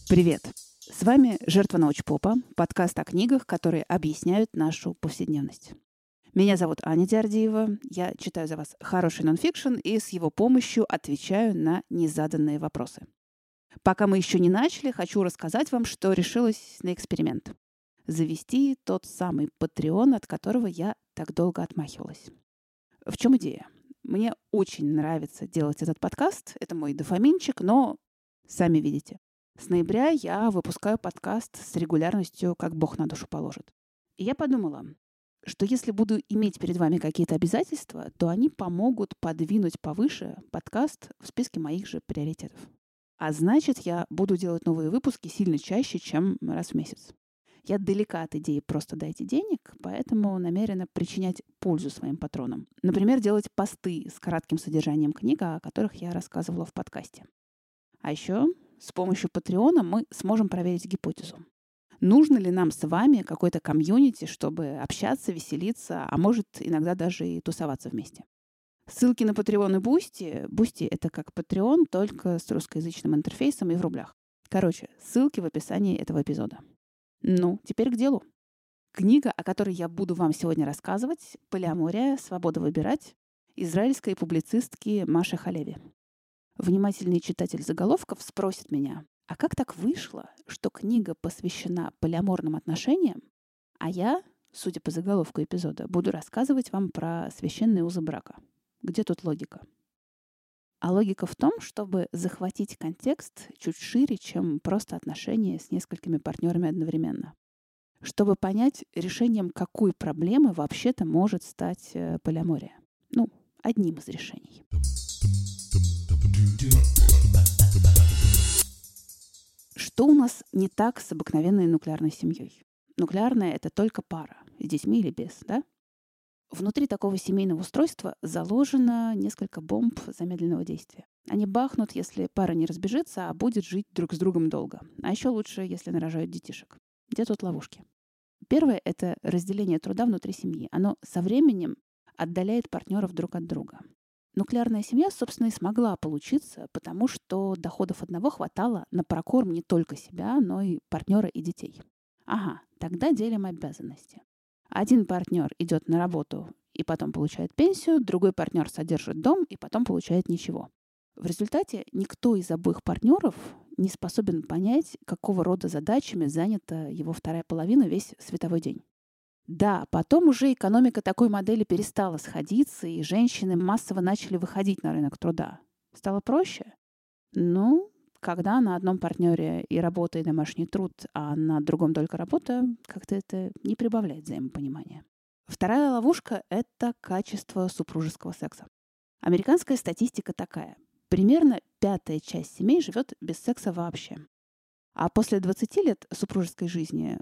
Привет! С вами «Жертва научпопа», подкаст о книгах, которые объясняют нашу повседневность. Меня зовут Аня Диардиева, я читаю за вас хороший нонфикшн и с его помощью отвечаю на незаданные вопросы. Пока мы еще не начали, хочу рассказать вам, что решилась на эксперимент. Завести тот самый Patreon, от которого я так долго отмахивалась. В чем идея? Мне очень нравится делать этот подкаст, это мой дофаминчик, но сами видите. С ноября я выпускаю подкаст с регулярностью, как Бог на душу положит. И я подумала, что если буду иметь перед вами какие-то обязательства, то они помогут подвинуть повыше подкаст в списке моих же приоритетов. А значит, я буду делать новые выпуски сильно чаще, чем раз в месяц. Я далека от идеи «просто дайте денег», поэтому намерена причинять пользу своим патронам. Например, делать посты с кратким содержанием книг, о которых я рассказывала в подкасте. А еще с помощью Патреона мы сможем проверить гипотезу. Нужно ли нам с вами какой-то комьюнити, чтобы общаться, веселиться, а может иногда даже и тусоваться вместе? Ссылки на Patreon и Boosty. Boosty — это как Patreon, только с русскоязычным интерфейсом и в рублях. Короче, ссылки в описании этого эпизода. Ну, теперь к делу. Книга, о которой я буду вам сегодня рассказывать, «Полиамория. Свобода выбирать» израильской публицистки Маши Халеви. Внимательный читатель заголовков спросит меня, а как так вышло, что книга посвящена полиаморным отношениям, а я, судя по заголовку эпизода, буду рассказывать вам про священные узы брака? Где тут логика? А логика в том, чтобы захватить контекст чуть шире, чем просто отношения с несколькими партнерами одновременно. Чтобы понять, решением какой проблемы вообще-то может стать полиамория. Ну, одним из решений. Что у нас не так с обыкновенной нуклеарной семьей? Нуклеарная — это только пара, с детьми или без, да? Внутри такого семейного устройства заложено несколько бомб замедленного действия. Они бахнут, если пара не разбежится, а будет жить друг с другом долго. А еще лучше, если нарожают детишек. Где тут ловушки? Первое — это разделение труда внутри семьи. Оно со временем отдаляет партнеров друг от друга. Нуклеарная семья, собственно, и смогла получиться, потому что доходов одного хватало на прокорм не только себя, но и партнера и детей. Ага, тогда делим обязанности. Один партнер идет на работу и потом получает пенсию, другой партнер содержит дом и потом получает ничего. В результате никто из обоих партнеров не способен понять, какого рода задачами занята его вторая половина весь световой день. Да, потом уже экономика такой модели перестала сходиться, и женщины массово начали выходить на рынок труда. Стало проще? Ну, когда на одном партнере и работа, и домашний труд, а на другом только работа, как-то это не прибавляет взаимопонимания. Вторая ловушка — это качество супружеского секса. Американская статистика такая. Примерно 1/5 часть семей живет без секса вообще. А после 20 лет супружеской жизни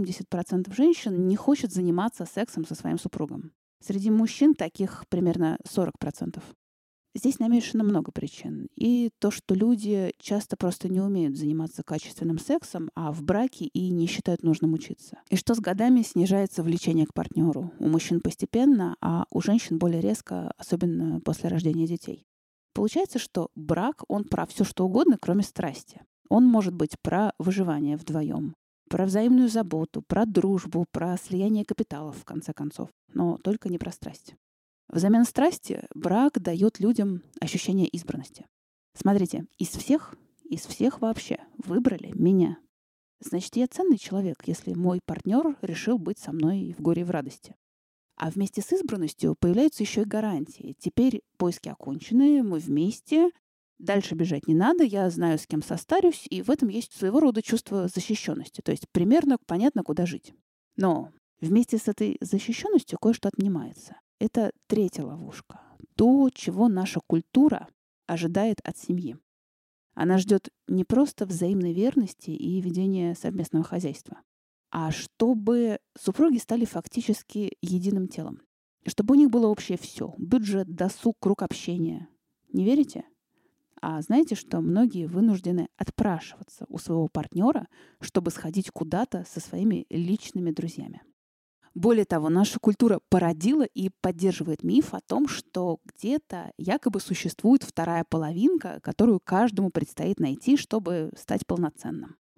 80% женщин не хочет заниматься сексом со своим супругом. Среди мужчин таких примерно 40%. Здесь намешано много причин. И то, что люди часто просто не умеют заниматься качественным сексом, а в браке и не считают нужным учиться. И что с годами снижается влечение к партнеру. У мужчин постепенно, а у женщин более резко, особенно после рождения детей. Получается, что брак, он про все что угодно, кроме страсти. Он может быть про выживание вдвоем, про взаимную заботу, про дружбу, про слияние капиталов, в конце концов. Но только не про страсть. Взамен страсти брак дает людям ощущение избранности. Смотрите, из всех вообще выбрали меня. Значит, я ценный человек, если мой партнер решил быть со мной в горе и в радости. А вместе с избранностью появляются еще и гарантии. Теперь поиски окончены, мы вместе. Дальше бежать не надо, я знаю, с кем состарюсь, и в этом есть своего рода чувство защищенности. То есть примерно понятно, куда жить. Но вместе с этой защищенностью кое-что отнимается. Это третья ловушка. То, чего наша культура ожидает от семьи. Она ждет не просто взаимной верности и ведения совместного хозяйства, а чтобы супруги стали фактически единым телом. Чтобы у них было общее все. Бюджет, досуг, круг общения. Не верите? А знаете, что многие вынуждены отпрашиваться у своего партнера, чтобы сходить куда-то со своими личными друзьями. Более того, наша культура породила и поддерживает миф о том, что где-то якобы существует вторая половинка, которую каждому предстоит найти, чтобы стать полноценным.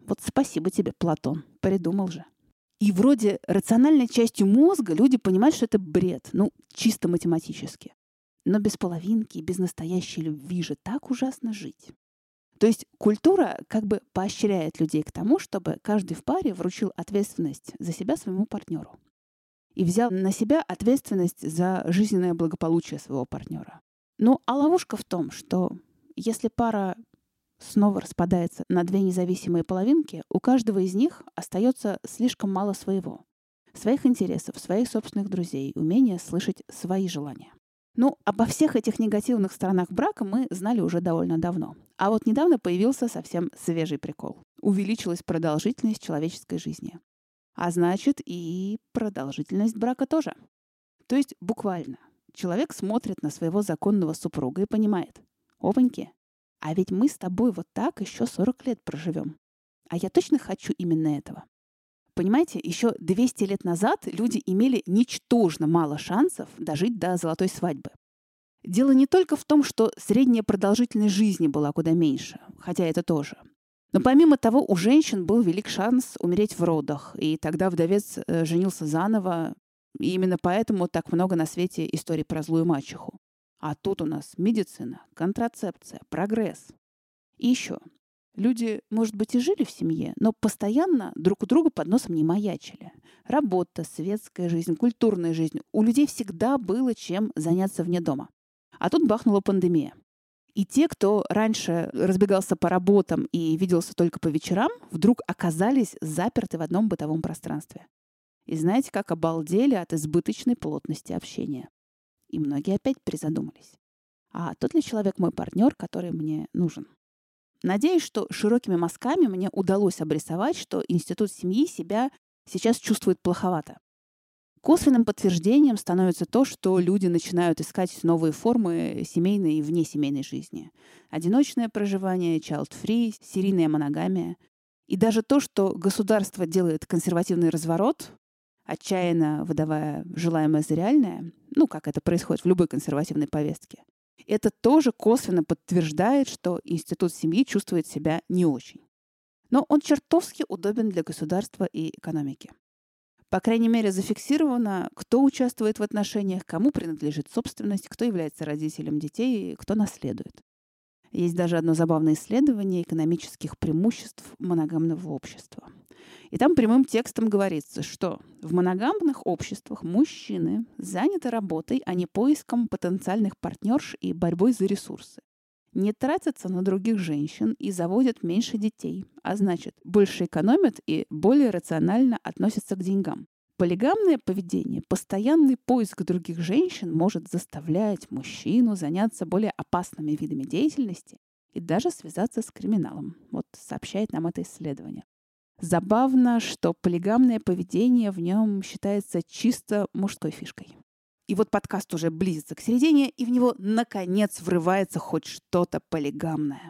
Вот спасибо тебе, Платон, придумал же. И вроде рациональной частью мозга люди понимают, что это бред, чисто математически. Но без половинки, без настоящей любви же так ужасно жить. То есть культура как бы поощряет людей к тому, чтобы каждый в паре вручил ответственность за себя своему партнеру и взял на себя ответственность за жизненное благополучие своего партнера. А ловушка в том, что если пара снова распадается на две независимые половинки, у каждого из них остается слишком мало своего. Своих интересов, своих собственных друзей, умения слышать свои желания. Обо всех этих негативных сторонах брака мы знали уже довольно давно. А вот недавно появился совсем свежий прикол. Увеличилась продолжительность человеческой жизни. А значит, и продолжительность брака тоже. То есть буквально человек смотрит на своего законного супруга и понимает: опаньки, а ведь мы с тобой вот так еще 40 лет проживем. А я точно хочу именно этого. Понимаете, еще 200 лет назад люди имели ничтожно мало шансов дожить до золотой свадьбы. Дело не только в том, что средняя продолжительность жизни была куда меньше, хотя это тоже. Но помимо того, у женщин был велик шанс умереть в родах, и тогда вдовец женился заново, и именно поэтому так много на свете историй про злую мачеху. А тут у нас медицина, контрацепция, прогресс. И еще. Люди, может быть, и жили в семье, но постоянно друг у друга под носом не маячили. Работа, светская жизнь, культурная жизнь. У людей всегда было чем заняться вне дома. А тут бахнула пандемия. И те, кто раньше разбегался по работам и виделся только по вечерам, вдруг оказались заперты в одном бытовом пространстве. И знаете, как обалдели от избыточной плотности общения. И многие опять призадумались. А тот ли человек мой партнер, который мне нужен? Надеюсь, что широкими мазками мне удалось обрисовать, что институт семьи себя сейчас чувствует плоховато. Косвенным подтверждением становится то, что люди начинают искать новые формы семейной и внесемейной жизни. Одиночное проживание, child-free, серийная моногамия. И даже то, что государство делает консервативный разворот, отчаянно выдавая желаемое за реальное, как это происходит в любой консервативной повестке, это тоже косвенно подтверждает, что институт семьи чувствует себя не очень. Но он чертовски удобен для государства и экономики. По крайней мере, зафиксировано, кто участвует в отношениях, кому принадлежит собственность, кто является родителем детей и кто наследует. Есть даже одно забавное исследование экономических преимуществ моногамного общества. И там прямым текстом говорится, что в моногамных обществах мужчины заняты работой, а не поиском потенциальных партнерш и борьбой за ресурсы. Не тратятся на других женщин и заводят меньше детей, а значит, больше экономят и более рационально относятся к деньгам. Полигамное поведение, постоянный поиск других женщин может заставлять мужчину заняться более опасными видами деятельности и даже связаться с криминалом. Вот сообщает нам это исследование. Забавно, что полигамное поведение в нем считается чисто мужской фишкой. И вот подкаст уже близится к середине, и в него, наконец, врывается хоть что-то полигамное.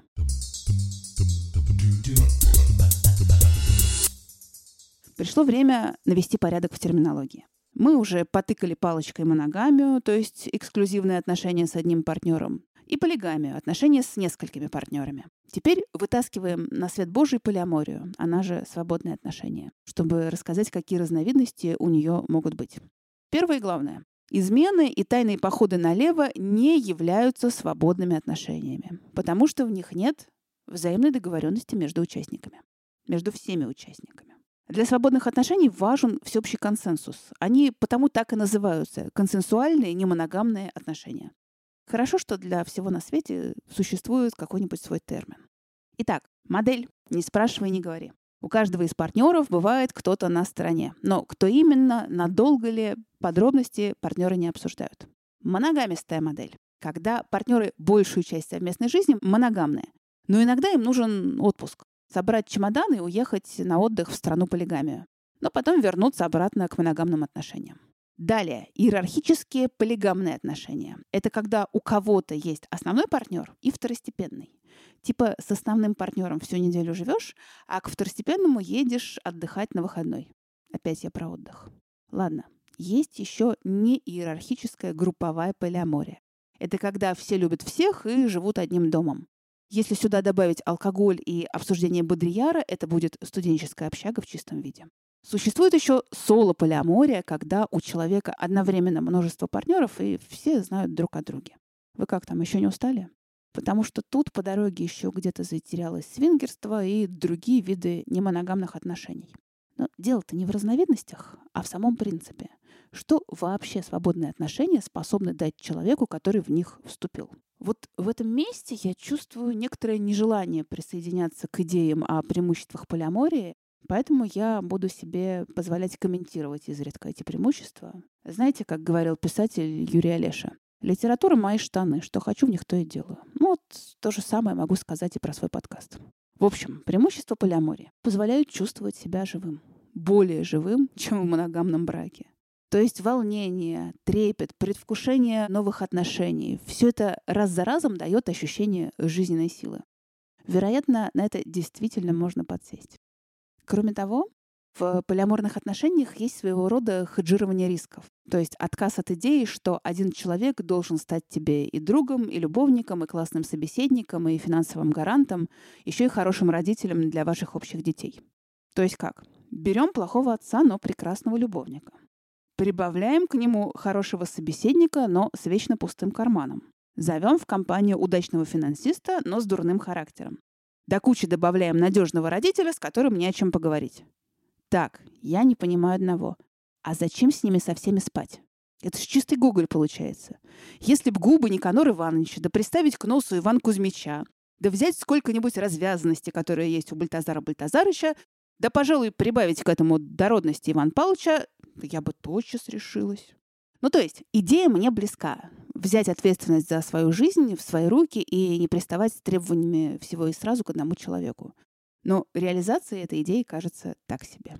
Пришло время навести порядок в терминологии. Мы уже потыкали палочкой моногамию, то есть эксклюзивные отношения с одним партнером, и полигамию, отношения с несколькими партнерами. Теперь вытаскиваем на свет Божий полиаморию, она же свободные отношения, чтобы рассказать, какие разновидности у нее могут быть. Первое и главное. Измены и тайные походы налево не являются свободными отношениями, потому что в них нет взаимной договоренности между участниками, между всеми участниками. Для свободных отношений важен всеобщий консенсус. Они потому так и называются консенсуальные немоногамные отношения. Хорошо, что для всего на свете существует какой-нибудь свой термин. Итак, модель «не спрашивай, не говори». У каждого из партнеров бывает кто-то на стороне. Но кто именно, надолго ли, подробности партнеры не обсуждают. Моногамистая модель. Когда партнеры большую часть совместной жизни моногамные. Но иногда им нужен отпуск. Собрать чемодан и уехать на отдых в страну-полигамию. Но потом вернуться обратно к моногамным отношениям. Далее, иерархические полигамные отношения. Это когда у кого-то есть основной партнер и второстепенный. Типа с основным партнером всю неделю живешь, а к второстепенному едешь отдыхать на выходной. Опять я про отдых. Ладно, есть еще неиерархическая групповая полиамория. Это когда все любят всех и живут одним домом. Если сюда добавить алкоголь и обсуждение бодрияра, это будет студенческая общага в чистом виде. Существует еще соло-полиамория, когда у человека одновременно множество партнеров, и все знают друг о друге. Вы как там, еще не устали? Потому что тут по дороге еще где-то затерялось свингерство и другие виды немоногамных отношений. Но дело-то не в разновидностях, а в самом принципе. Что вообще свободные отношения способны дать человеку, который в них вступил? Вот в этом месте я чувствую некоторое нежелание присоединяться к идеям о преимуществах полиамории, поэтому я буду себе позволять комментировать изредка эти преимущества. Знаете, как говорил писатель Юрий Олеша, «Литература — мои штаны, что хочу, в них то и делаю». Ну вот то же самое могу сказать и про свой подкаст. В общем, преимущества полиамории позволяют чувствовать себя живым. Более живым, чем в моногамном браке. То есть волнение, трепет, предвкушение новых отношений — все это раз за разом дает ощущение жизненной силы. Вероятно, на это действительно можно подсесть. Кроме того, в полиаморных отношениях есть своего рода хеджирование рисков. То есть отказ от идеи, что один человек должен стать тебе и другом, и любовником, и классным собеседником, и финансовым гарантом, еще и хорошим родителем для ваших общих детей. То есть как? Берем плохого отца, но прекрасного любовника. Прибавляем к нему хорошего собеседника, но с вечно пустым карманом. Зовем в компанию удачного финансиста, но с дурным характером. До кучи добавляем надежного родителя, с которым не о чем поговорить. Так, я не понимаю одного. А зачем с ними со всеми спать? Это ж чистый Гоголь получается. Если б губы Никанора Ивановича, да приставить к носу Ивана Кузьмича, да взять сколько-нибудь развязанности, которая есть у Бальтазара Бальтазарыча, да, пожалуй, прибавить к этому дородности Ивана Павловича, я бы тотчас решилась. Ну, то есть, идея мне близка. Взять ответственность за свою жизнь в свои руки и не приставать с требованиями всего и сразу к одному человеку. Но реализация этой идеи кажется так себе.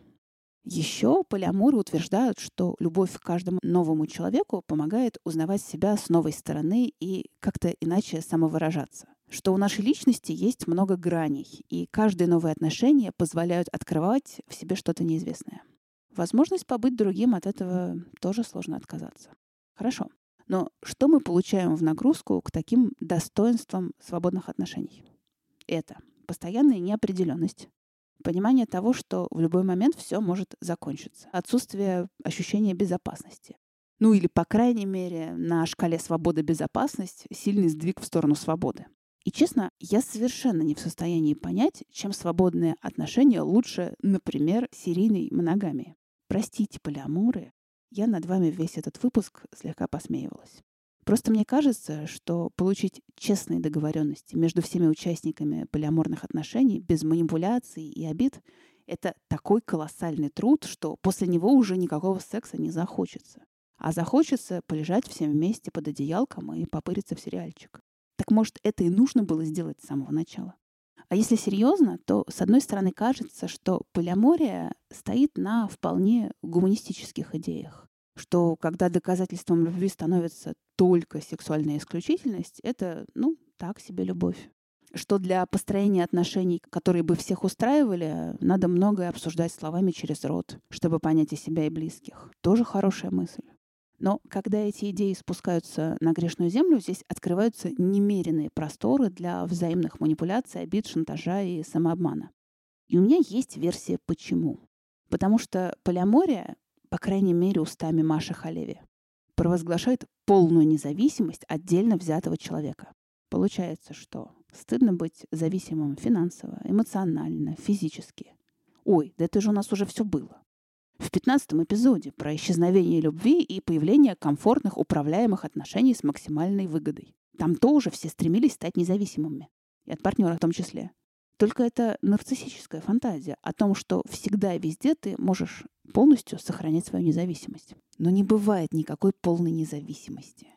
Еще полиаморы утверждают, что любовь к каждому новому человеку помогает узнавать себя с новой стороны и как-то иначе самовыражаться. Что у нашей личности есть много граней, и каждые новые отношения позволяют открывать в себе что-то неизвестное. Возможность побыть другим, от этого тоже сложно отказаться. Хорошо. Но что мы получаем в нагрузку к таким достоинствам свободных отношений? Это постоянная неопределенность, понимание того, что в любой момент все может закончиться, отсутствие ощущения безопасности. Ну или, по крайней мере, на шкале свобода-безопасность сильный сдвиг в сторону свободы. И честно, я совершенно не в состоянии понять, чем свободные отношения лучше, например, серийной моногамии. Простите, полиаморы, я над вами весь этот выпуск слегка посмеивалась. Просто мне кажется, что получить честные договоренности между всеми участниками полиаморных отношений без манипуляций и обид — это такой колоссальный труд, что после него уже никакого секса не захочется. А захочется полежать всем вместе под одеялком и попыриться в сериальчик. Так может, это и нужно было сделать с самого начала? А если серьезно, то, с одной стороны, кажется, что полиамория стоит на вполне гуманистических идеях. Что когда доказательством любви становится только сексуальная исключительность, это, так себе любовь. Что для построения отношений, которые бы всех устраивали, надо многое обсуждать словами через рот, чтобы понять и себя, и близких. Тоже хорошая мысль. Но когда эти идеи спускаются на грешную землю, здесь открываются немеренные просторы для взаимных манипуляций, обид, шантажа и самообмана. И у меня есть версия почему. Потому что полиамория, по крайней мере устами Маши Халеви, провозглашает полную независимость отдельно взятого человека. Получается, что стыдно быть зависимым финансово, эмоционально, физически. Ой, да это же у нас уже все было. В 15-м эпизоде про исчезновение любви и появление комфортных управляемых отношений с максимальной выгодой. Там тоже все стремились стать независимыми. И от партнера в том числе. Только это нарциссическая фантазия о том, что всегда и везде ты можешь полностью сохранять свою независимость. Но не бывает никакой полной независимости.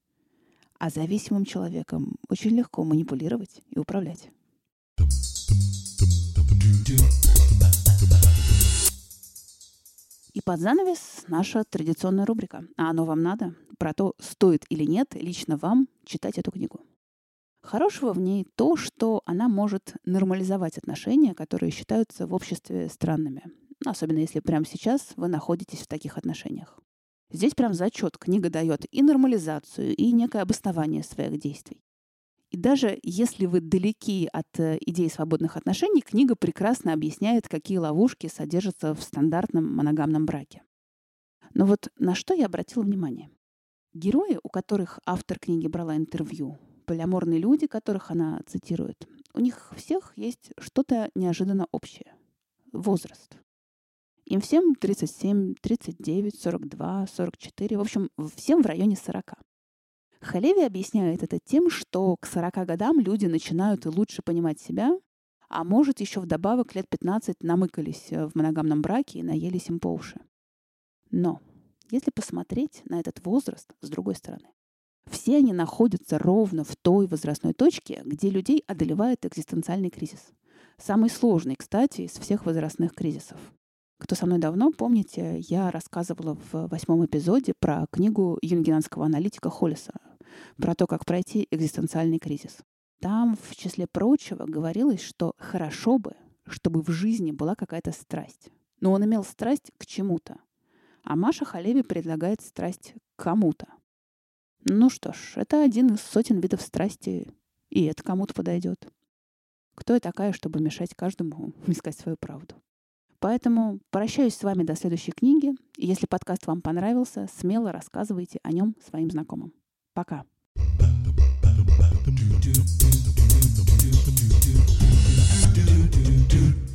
А зависимым человеком очень легко манипулировать и управлять. И под занавес наша традиционная рубрика «А оно вам надо?» про то, стоит или нет лично вам читать эту книгу. Хорошего в ней то, что она может нормализовать отношения, которые считаются в обществе странными. Особенно если прямо сейчас вы находитесь в таких отношениях. Здесь прям зачет. Книга дает и нормализацию, и некое обоснование своих действий. И даже если вы далеки от идеи свободных отношений, книга прекрасно объясняет, какие ловушки содержатся в стандартном моногамном браке. Но вот на что я обратила внимание? Герои, у которых автор книги брала интервью, полиаморные люди, которых она цитирует, у них всех есть что-то неожиданно общее. Возраст. Им всем 37, 39, 42, 44, в общем, всем в районе 40. Халеви объясняет это тем, что к 40 годам люди начинают лучше понимать себя, а может, еще вдобавок лет 15 намыкались в моногамном браке и наелись им по уши. Но если посмотреть на этот возраст с другой стороны, все они находятся ровно в той возрастной точке, где людей одолевает экзистенциальный кризис. Самый сложный, кстати, из всех возрастных кризисов. Кто со мной давно, помните, я рассказывала в 8 эпизоде про книгу юнгианского аналитика Холлиса, про то, как пройти экзистенциальный кризис. Там, в числе прочего, говорилось, что хорошо бы, чтобы в жизни была какая-то страсть. Но он имел страсть к чему-то. А Маша Халеви предлагает страсть к кому-то. Ну что ж, это один из сотен видов страсти, и это кому-то подойдет. Кто я такая, чтобы мешать каждому искать свою правду? Поэтому прощаюсь с вами до следующей книги. И если подкаст вам понравился, смело рассказывайте о нем своим знакомым. Пока. Do